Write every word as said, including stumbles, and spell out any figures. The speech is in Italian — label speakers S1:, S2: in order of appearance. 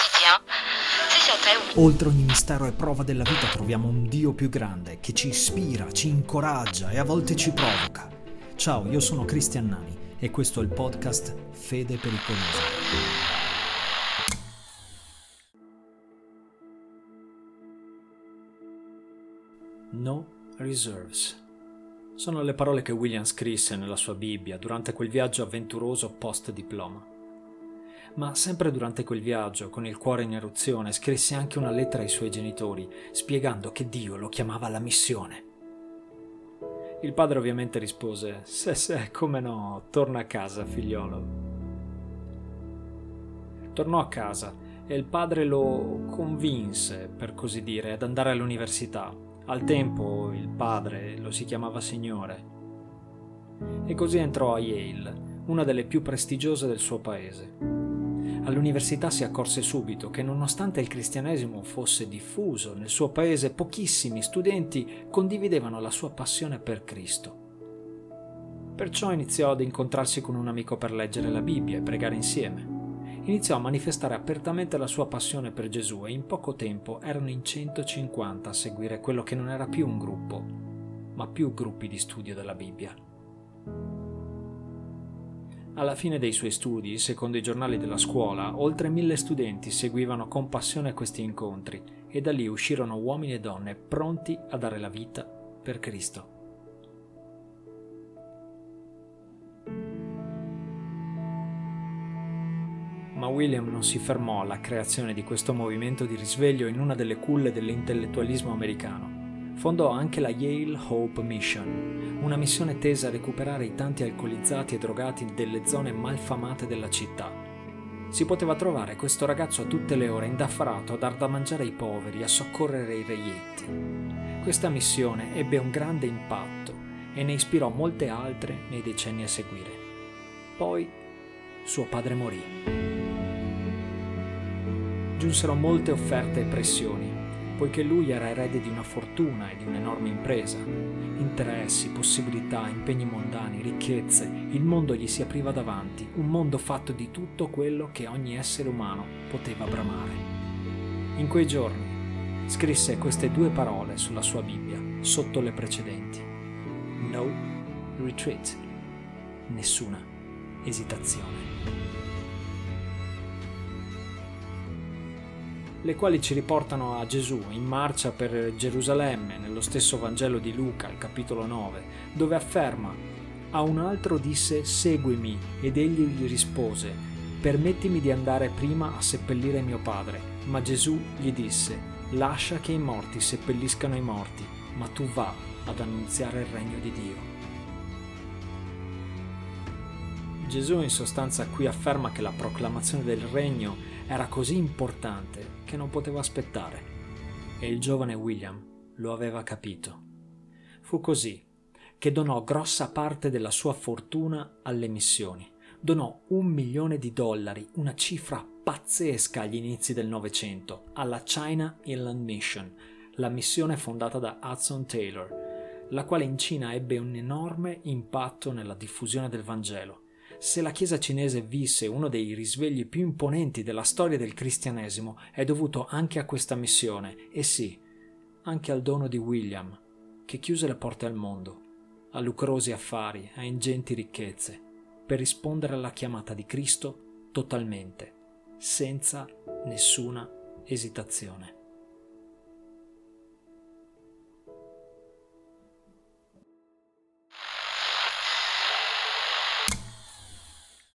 S1: Oltre ogni mistero e prova della vita troviamo un Dio più grande che ci ispira, ci incoraggia e a volte ci provoca. Ciao, io sono Cristian Nani e questo è il podcast Fede Pericolosa. No reserves. Sono le parole che William scrisse nella sua Bibbia durante quel viaggio avventuroso post-diploma. Ma sempre durante quel viaggio, con il cuore in eruzione, scrisse anche una lettera ai suoi genitori, spiegando che Dio lo chiamava alla missione. Il padre ovviamente rispose: se se, come no, torna a casa, figliolo. Tornò a casa e il padre lo convinse, per così dire, ad andare all'università. Al tempo il padre lo si chiamava Signore. E così entrò a Yale, una delle più prestigiose del suo paese. All'università si accorse subito che nonostante il cristianesimo fosse diffuso nel suo paese, pochissimi studenti condividevano la sua passione per Cristo. Perciò iniziò ad incontrarsi con un amico per leggere la Bibbia e pregare insieme. Iniziò a manifestare apertamente la sua passione per Gesù e in poco tempo erano in centocinquanta a seguire quello che non era più un gruppo, ma più gruppi di studio della Bibbia. Alla fine dei suoi studi, secondo i giornali della scuola, oltre mille studenti seguivano con passione questi incontri e da lì uscirono uomini e donne pronti a dare la vita per Cristo. Ma William non si fermò alla creazione di questo movimento di risveglio in una delle culle dell'intellettualismo americano. Fondò anche la Yale Hope Mission, una missione tesa a recuperare i tanti alcolizzati e drogati delle zone malfamate della città. Si poteva trovare questo ragazzo a tutte le ore indaffarato a dar da mangiare ai poveri, a soccorrere i reietti. Questa missione ebbe un grande impatto e ne ispirò molte altre nei decenni a seguire. Poi suo padre morì. Giunsero molte offerte e pressioni, poiché lui era erede di una fortuna e di un'enorme impresa. Interessi, possibilità, impegni mondani, ricchezze, il mondo gli si apriva davanti, un mondo fatto di tutto quello che ogni essere umano poteva bramare. In quei giorni scrisse queste due parole sulla sua Bibbia, sotto le precedenti: No retreat, nessuna esitazione. Le quali ci riportano a Gesù in marcia per Gerusalemme nello stesso Vangelo di Luca, al capitolo nove, dove afferma: a un altro disse seguimi, ed egli gli rispose: permettimi di andare prima a seppellire mio padre. Ma Gesù gli disse: lascia che i morti seppelliscano i morti, ma tu va ad annunziare il regno di Dio. Gesù in sostanza qui afferma che la proclamazione del regno era così importante che non poteva aspettare, e il giovane William lo aveva capito. Fu così che donò grossa parte della sua fortuna alle missioni. Donò un milione di dollari, una cifra pazzesca agli inizi del Novecento, alla China Inland Mission, la missione fondata da Hudson Taylor, la quale in Cina ebbe un enorme impatto nella diffusione del Vangelo. Se la Chiesa cinese visse uno dei risvegli più imponenti della storia del cristianesimo, è dovuto anche a questa missione, e sì, anche al dono di William, che chiuse le porte al mondo, a lucrosi affari, a ingenti ricchezze, per rispondere alla chiamata di Cristo totalmente, senza nessuna esitazione.